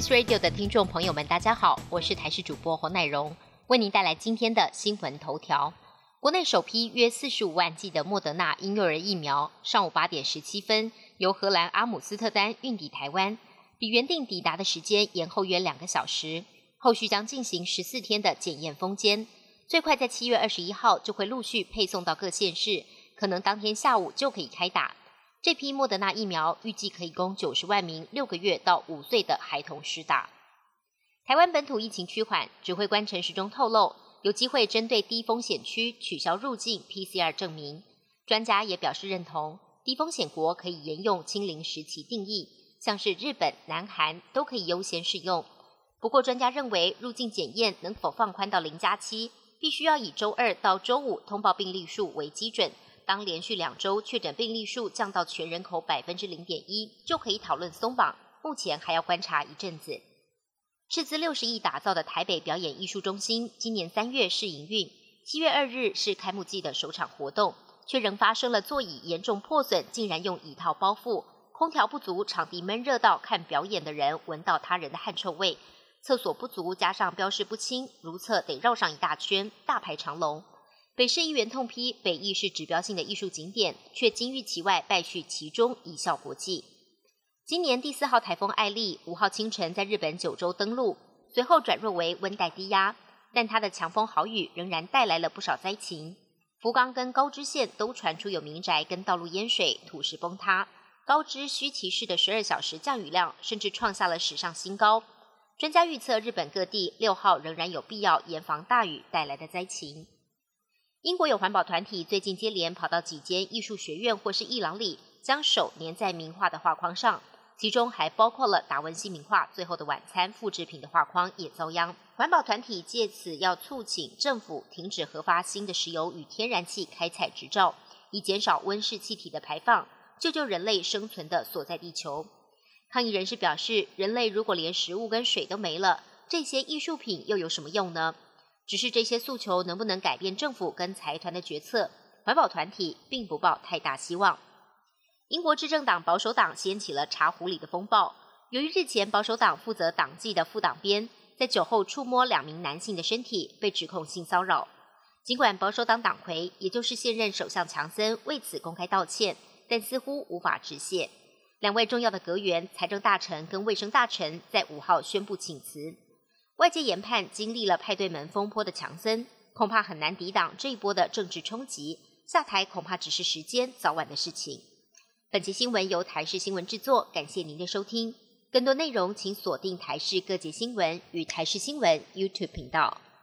News Radio 的听众朋友们，大家好，我是台视主播侯乃荣，为您带来今天的新闻头条。国内首批约45万剂的莫德纳婴幼儿疫苗，上午8点17分由荷兰阿姆斯特丹运抵台湾，比原定抵达的时间延后约2个小时。后续将进行14天的检验封监，最快在7月21号就会陆续配送到各县市，可能当天下午就可以开打。这批莫德纳疫苗预计可以供90万名6个月到5岁的孩童施打。台湾本土疫情趋缓，指挥官陈时中透露，有机会针对低风险区取消入境 PCR 证明。专家也表示认同，低风险国可以沿用清零时期定义，像是日本、南韩都可以优先适用。不过专家认为，入境检验能否放宽到0+7，必须要以周2到周5通报病例数为基准。当连续2周确诊病例数降到全人口 0.1%， 就可以讨论松绑，目前还要观察一阵子。斥资60亿打造的台北表演艺术中心，今年3月试营运，7月2日是开幕季的首场活动，却仍发生了座椅严重破损，竟然用椅套包覆，空调不足，场地闷热到看表演的人闻到他人的汗臭味，厕所不足，加上标示不清，如厕得绕上一大圈，大排长龙。北市议员痛批北艺是指标性的艺术景点，却金玉其外，败絮其中，贻笑国际。今年第4号台风艾利5号清晨在日本九州登陆，随后转弱为温带低压，但它的强风豪雨仍然带来了不少灾情。福冈跟高知县都传出有民宅跟道路淹水、土石崩塌，高知须崎市的12小时降雨量甚至创下了史上新高。专家预测日本各地6号仍然有必要严防大雨带来的灾情。英国有环保团体最近接连跑到几间艺术学院或是艺廊里，将手粘在名画的画框上，其中还包括了达文西名画《最后的晚餐》复制品的画框也遭殃。环保团体借此要促请政府停止核发新的石油与天然气开采执照，以减少温室气体的排放，救救人类生存的所在地球。抗议人士表示，人类如果连食物跟水都没了，这些艺术品又有什么用呢？只是这些诉求能不能改变政府跟财团的决策，环保团体并不抱太大希望。英国执政党保守党掀起了茶壶里的风暴，由于日前保守党负责党纪的副党鞭在酒后触摸2名男性的身体，被指控性骚扰。尽管保守党党魁，也就是现任首相强森为此公开道歉，但似乎无法止泻。2位重要的阁员，财政大臣跟卫生大臣在5号宣布请辞。外界研判，经历了派对门风波的强森，恐怕很难抵挡这一波的政治冲击，下台恐怕只是时间早晚的事情。本期新闻由台视新闻制作，感谢您的收听。更多内容请锁定台视各节新闻与台视新闻 YouTube 频道。